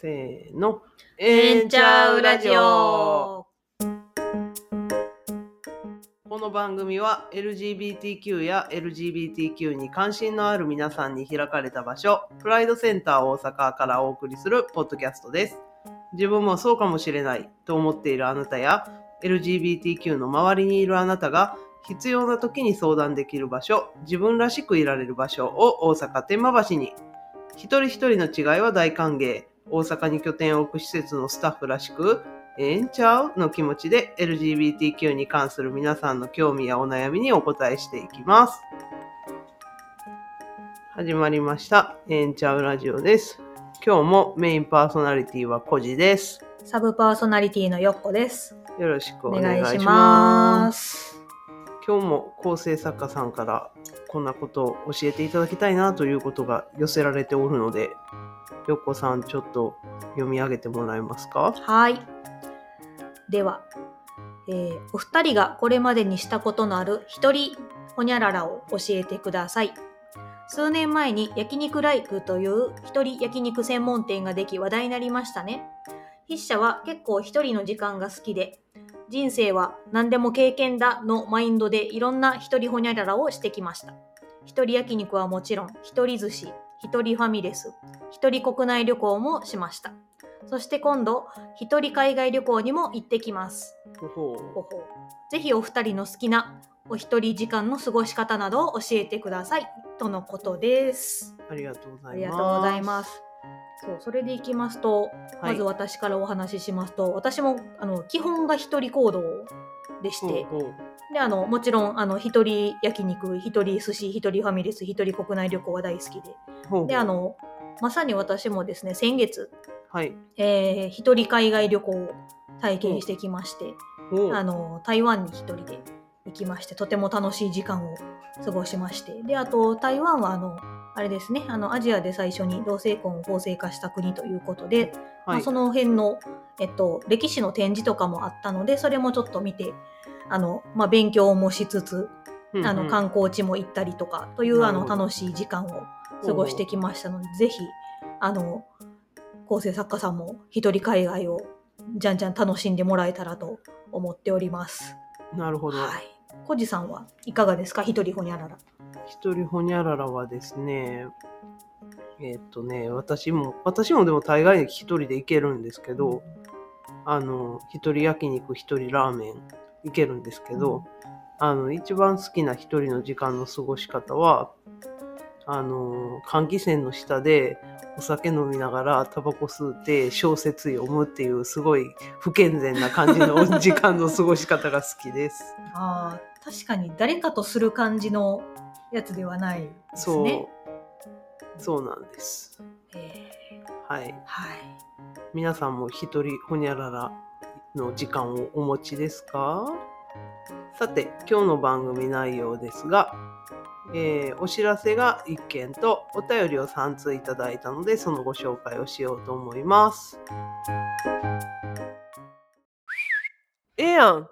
せーの。 えんちゃうラジオ。 この番組は LGBTQ や LGBTQ に関心のある皆さんに開かれた場所、プライドセンター大阪からお送りするポッドキャストです。自分もそうかもしれないと思っているあなたや LGBTQ の周りにいるあなたが必要な時に相談できる場所、自分らしくいられる場所を大阪天満橋に。一人一人の違いは大歓迎。大阪に拠点を置く施設のスタッフらしく、ええんちゃうの気持ちで LGBTQ に関する皆さんの興味やお悩みにお答えしていきます。始まりました。ええんちゃうラジオです。今日もメインパーソナリティはコジです。 サブパーソナリティのよっこです。 よろしくお願いしおま。 願いします。 今日も構成作家さんからこんなことを教えていただきたいなということが寄せられておるので、よっこさんちょっと読み上げてもらえますか？ はい。では、お二人がこれまでにしたことのある一人ほにゃららを教えてください。数年前に焼肉ライクという一人焼肉専門店ができ話題になりましたね。筆者は結構一人の時間が好きで、人生は何でも経験だのマインドでいろんな一人ほにゃららをしてきました。一人焼肉はもちろん、一人寿司、一人ファミレス、一人国内旅行もしました。そして今度、一人海外旅行にも行ってきます。ぜひお二人の好きなお一人時間の過ごし方などを教えてくださいとのことです。 ありがとうございます。 ありがとうございます。それでいきますと、まず私からお話ししますと、私も基本が一人行動でして、でもちろん一人焼肉、一人寿司、一人ファミレス、一人国内旅行は大好きで、でまさに私もですね、先月、一人海外旅行を体験してきまして、台湾に一人で行きまして、とても楽しい時間を過ごしまして、であと台湾はあれですね、アジアで最初に同性婚を法制化した国ということで、その辺の、歴史の展示とかもあったので、それもちょっと見て勉強もしつつ、観光地も行ったりとかという楽しい時間を過ごしてきましたので、ぜひ構成作家さんも一人海外をじゃんじゃん楽しんでもらえたらと思っております。 なるほど。 コジさんはいかがですか？一人ほにゃらら。 一人ほにゃららはですね、私もでも大概一人で行けるんですけど、一人焼肉、一人ラーメン行けるんですけど、一番好きな一人の時間の過ごし方は、換気扇の下でお酒飲みながらタバコ吸って小説読むっていうすごい不健全な感じの時間の過ごし方が好きです。 確かに誰かとする感じのやつではないですね。 そうなんです。はい。皆さんも一人ほにゃららの時間をお持ちですか？さて、今日の番組内容ですが、お知らせが1件とお便りを3通いただいたので、そのご紹介をしようと思います。やん。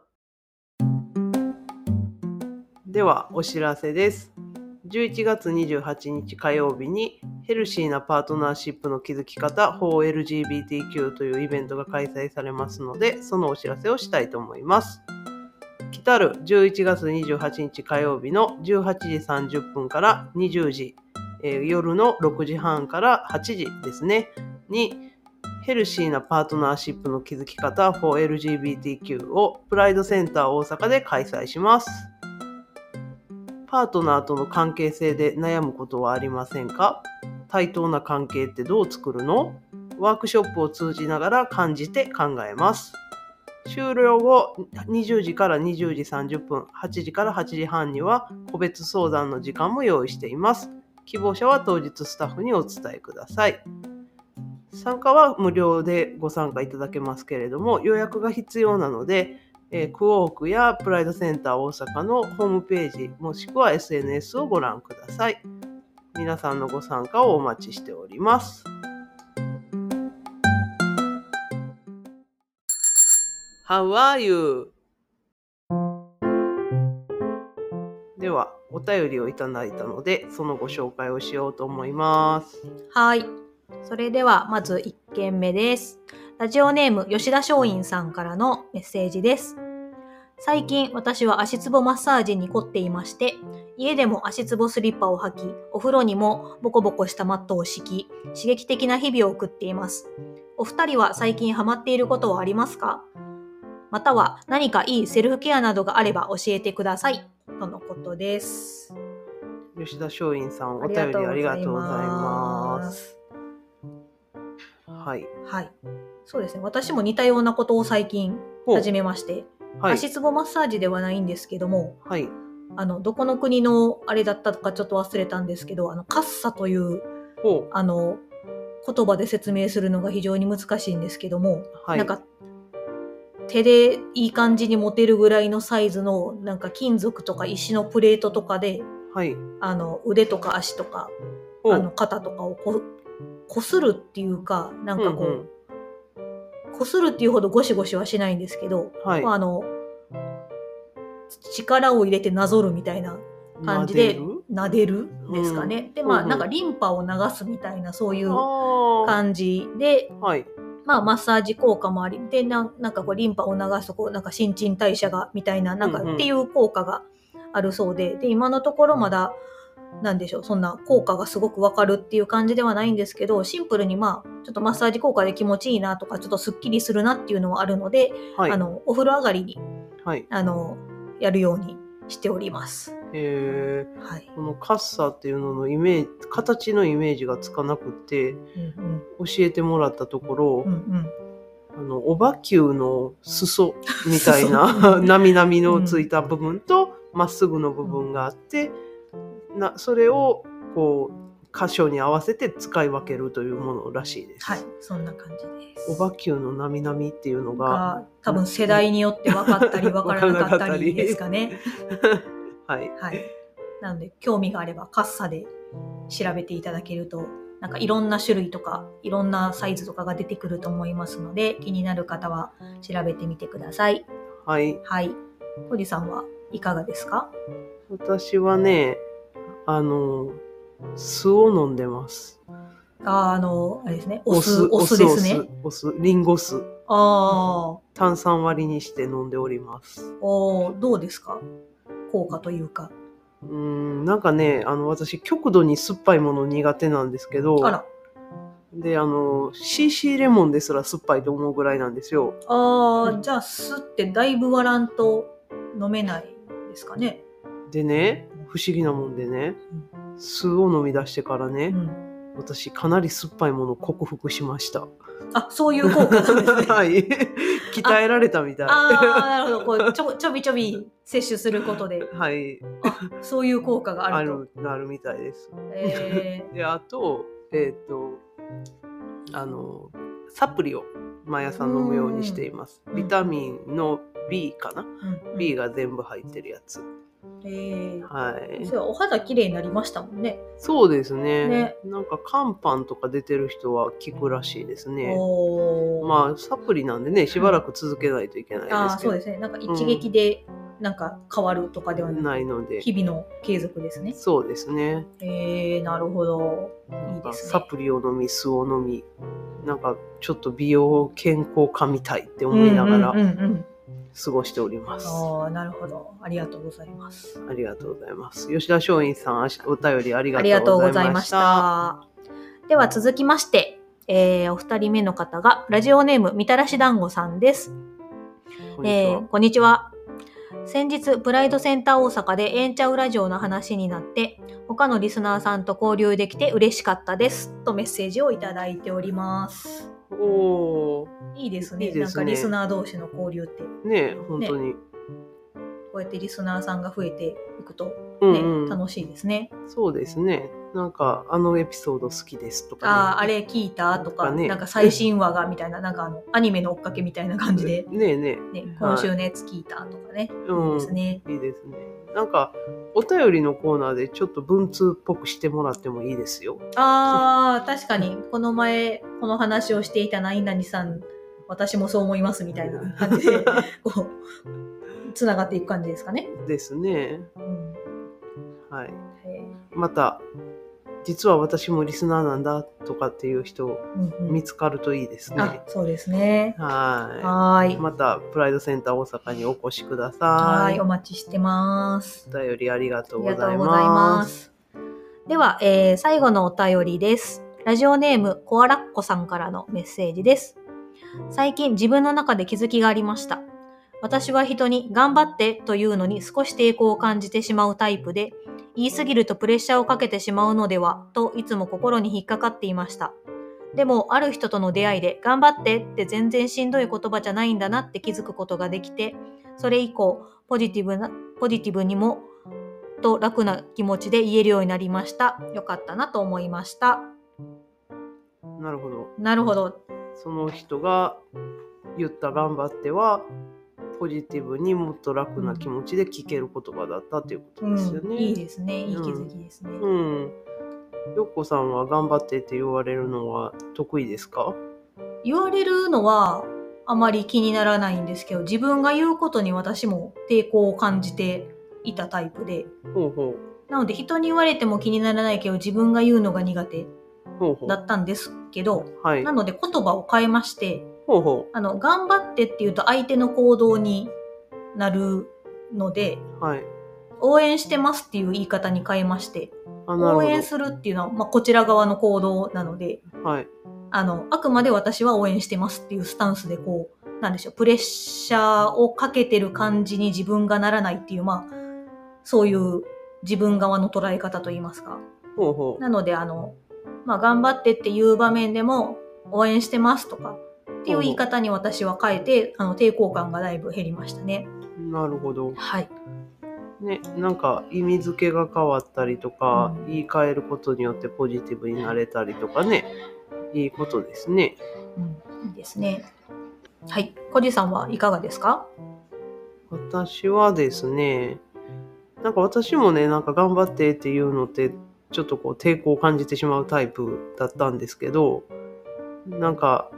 ではお知らせです。11月28日火曜日にヘルシーなパートナーシップの築き方 for LGBTQ というイベントが開催されますので、そのお知らせをしたいと思います。来たる11月28日火曜日の18時30分から20時、夜の6時半から8時ですね、にヘルシーなパートナーシップの築き方 for LGBTQ をプライドセンター大阪で開催します。パートナーとの関係性で悩むことはありませんか？対等な関係ってどう作るの？ワークショップを通じながら感じて考えます。終了後20時から20時30分、8時から8時半には個別相談の時間も用意しています。希望者は当日スタッフにお伝えください。参加は無料でご参加いただけますけれども、予約が必要なので、クォークやプライドセンター大阪のホームページもしくは SNS をご覧ください。皆さんのご参加をお待ちしております。How are you? ではお便りをいただいたので、そのご紹介をしようと思います。 はい。それではまず1 件目です。ラジオネーム吉田松陰さんからのメッセージです。最近私は足つぼマッサージに凝っていまして、家でも足つぼスリッパを履き、お風呂にもボコボコしたマットを敷き、刺激的な日々を送っています。お二人は最近ハマっていることはありますか？または何かいいセルフケアなどがあれば教えてください。とのことです。 吉田松陰さん、お便りありがとうございます。はい。 はい。そうですね。私も似たようなことを最近始めまして、はい、足つぼマッサージではないんですけども、はい、どこの国のあれだったかちょっと忘れたんですけど、カッサという言葉で説明するのが非常に難しいんですけども、はい、なんか手でいい感じに持てるぐらいのサイズのなんか金属とか石のプレートとかで、はい、腕とか足とか肩とかをこするっていうか、なんかこう、こするっていうほどゴシゴシはしないんですけど、はい、力を入れてなぞるみたいな感じで撫でるですかね。で、なんかリンパを流すみたいなそういう感じで、はい、マッサージ効果もあり、で、なんかこうリンパを流すとなんか新陳代謝がみたいな、なんかっていう効果があるそうで、で、今のところまだなんでしょう、そんな効果がすごくわかるっていう感じではないんですけど、シンプルにちょっとマッサージ効果で気持ちいいなとか、ちょっとスッキリするなっていうのはあるので、はい、お風呂上がりに、はい、やるようにしております。 はい、このカッサっていうののイメージ、形のイメージがつかなくて、教えてもらったところ、おばきゅうの裾みたいななみなみのついた部分とまっすぐの部分があって、それをこう箇所に合わせて使い分けるというものらしいです。 はい、そんな感じです。 おばきゅうのなみなみっていうのが多分世代によって分かったり分からなかったりですかね。はい、はい。なので興味があればカッサで調べていただけると、なんかいろんな種類とかいろんなサイズとかが出てくると思いますので、気になる方は調べてみてください。はい。はい。堀さんはいかがですか？ 私はね、酢を飲んでます。 あれですね。お酢ですね。 お酢、リンゴ酢。炭酸割りにして飲んでおります。 どうですか？効果というか。 なんかね、私極度に酸っぱいもの苦手なんですけど、で、CC レモンですら酸っぱいと思うぐらいなんですよ。 じゃあ酢ってだいぶ割らんと飲めないですかね。 でね、不思議なもんでね、酢を飲み出してからね、私かなり酸っぱいものを克服しました。 そういう効果なんですね。 はい。鍛えられたみたい。 なるほど。こうちょびちょび摂取することで。はい。そういう効果があると。 あるみたいです。で、あと、サプリを毎朝飲むようにしています。ビタミンの B かな、B が全部入ってるやつ。 はい。そう、お肌綺麗になりましたもんね。 そうですね。なんか肝斑とか出てる人は効くらしいですね。サプリなんでね、しばらく続けないといけないですけど。 そうですね。なんか一撃でなんか変わるとかではないので、日々の継続ですね。 そうですね。 なるほど。いいですね。 サプリを飲み、酢を飲み、なんかちょっと美容健康化みたいって思いながら過ごしております。 なるほど。ありがとうございます。 ありがとうございます。吉田松陰さん、お便りありがとうございました。 では続きまして、お二人目の方がラジオネームみたらし団子さんです。こんにちは。先日プライドセンター大阪でエンチャウラジオの話になって他のリスナーさんと交流できて嬉しかったですとメッセージをいただいております。いいですね。なんかリスナー同士の交流ってね、本当に、 こうやってリスナーさんが増えていくと、楽しいですね。 そうですね。なんかエピソード好きですとか、 あれ聞いたとか、なんか最新話がみたいな、なんかアニメの追っかけみたいな感じで今週のやつ聞いたとかね、いいですね。 いいですね。なんかお便りのコーナーでちょっと文通っぽくしてもらってもいいですよ。 確かにこの前この話をしていた何々さん、私もそう思いますみたいな感じでこうつながっていく感じですかね。 ですね。はい。また実は私もリスナーなんだとかっていう人見つかるといいですね。 あ、そうですね。 はい。またプライドセンター大阪にお越しください。 はい、お待ちしてます。 お便りありがとうございます。 では、最後のお便りです。ラジオネームコアラッコさんからのメッセージです。最近自分の中で気づきがありました。私は人に頑張ってというのに少し抵抗を感じてしまうタイプで、言い過ぎるとプレッシャーをかけてしまうのではといつも心に引っかかっていました。でもある人との出会いで頑張ってって全然しんどい言葉じゃないんだなって気づくことができて、それ以降ポジティブにもと楽な気持ちで言えるようになりました。よかったなと思いました。 なるほど。 なるほど。 その人が言った頑張ってはポジティブにもっと楽な気持ちで聞ける言葉だったっていうことですよね。 いいですね。いい気づきですね。 よっこさんは頑張ってって言われるのは得意ですか？ 言われるのはあまり気にならないんですけど、自分が言うことに私も抵抗を感じていたタイプで。なので人に言われても気にならないけど自分が言うのが苦手だったんですけど、なので言葉を変えまして、頑張ってっていうと相手の行動になるので、応援してますっていう言い方に変えまして、応援するっていうのは、こちら側の行動なので、あくまで私は応援してますっていうスタンスでなんでしょう、プレッシャーをかけてる感じに自分がならないっていう、そういう自分側の捉え方といいますか。なので、頑張ってっていう場面でも、応援してますとかっていう言い方に私は変えて、抵抗感がだいぶ減りましたね。 なるほど。 はい。 ね、なんか意味付けが変わったりとか、言い換えることによってポジティブになれたりとかね、いいことですね。 いいですね。はい。小路さんはいかがですか？ 私はですね、なんか私もね、なんか頑張ってっていうのってちょっと抵抗を感じてしまうタイプだったんですけど、なんか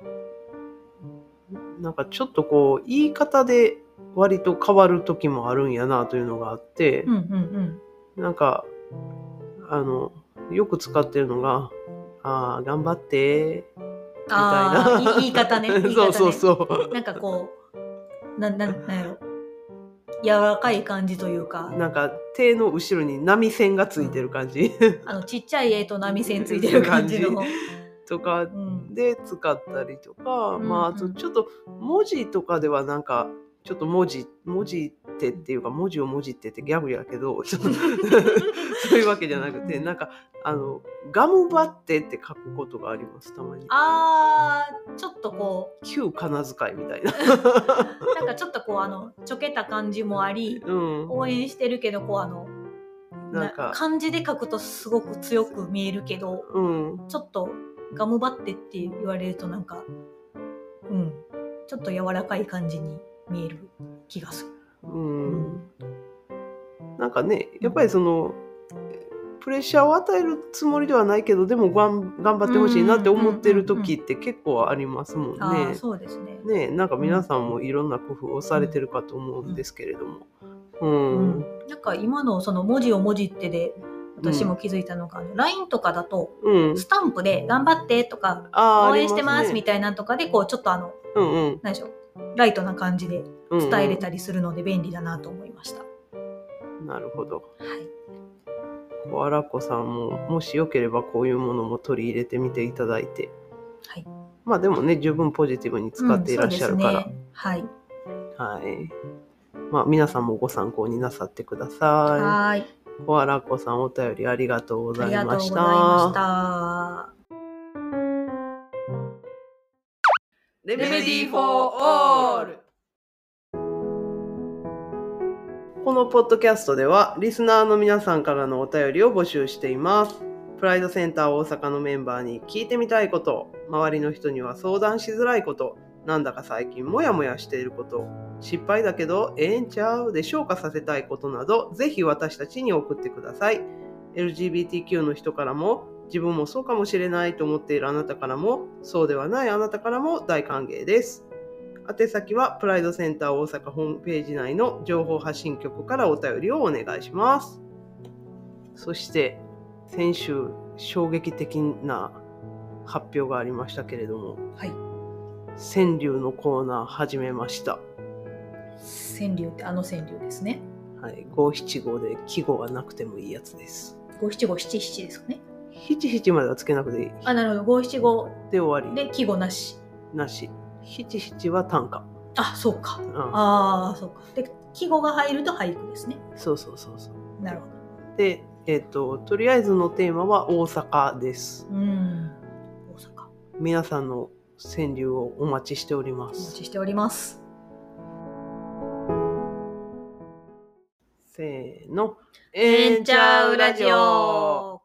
ちょっと言い方で割と変わる時もあるんやなというのがあって、なんかよく使ってるのが頑張ってみたいな言い方ね。 そうなんかなんやろ、柔らかい感じというか、 なんか手の後ろに波線がついてる感じ、 ちっちゃい絵と波線ついてる感じのとかで使ったりとか、あとちょっと文字とかではなんかちょっと文字ってっていうか文字を文字ってってギャグやけどそういうわけじゃなくて、なんかガムバってって書くことがあります、たまに。 ちょっと旧仮名遣いみたいななんかちょっとちょけた感じもあり、応援してるけどなんか漢字で書くとすごく強く見えるけど、ちょっとガムバってって言われるとなんかちょっと柔らかい感じに見える気がする。 なんかね、やっぱりプレッシャーを与えるつもりではないけど、でも頑張ってほしいなって思ってる時って結構ありますもんね。 そうですね。 ね、なんか皆さんもいろんな工夫をされてるかと思うんですけれども。 なんか今のその文字を文字ってで私も気づいたのが、LINE とかだとスタンプで頑張ってとか応援してますみたいなとかでちょっと何でしょう、ライトな感じで伝えれたりするので便利だなと思いました。 なるほど。あらこさんももしよければこういうものも取り入れてみていただいて、でもね、十分ポジティブに使っていらっしゃるから、皆さんもご参考になさってください。あらこさん、お便りありがとうございました。レメディーフォーオール。このポッドキャストではリスナーの皆さんからのお便りを募集しています。プライドセンター大阪のメンバーに聞いてみたいこと、周りの人には相談しづらいこと、なんだか最近モヤモヤしていること、失敗だけどええんちゃうで消化させたいことなど、ぜひ私たちに送ってください。 LGBTQ の人からも、自分もそうかもしれないと思っているあなたからも、そうではないあなたからも大歓迎です。宛先はプライドセンター大阪ホームページ内の情報発信局からお便りをお願いします。そして先週衝撃的な発表がありましたけれども、 はい。 川柳のコーナー始めました。 川柳って川柳ですね。 はい、五七五で季語がなくてもいいやつです。 五七五七七ですかね。 七七まではつけなくていい。 なるほど。五七五で終わり。 で季語なし。 なし。七七は短歌。 そうか。そうか。で季語が入ると俳句ですね。 そう。 なるほど。 で、とりあえずのテーマは大阪です。 大阪。 皆さんの川柳をお待ちしております。 お待ちしております。 せーの。 エンチャウラジオ。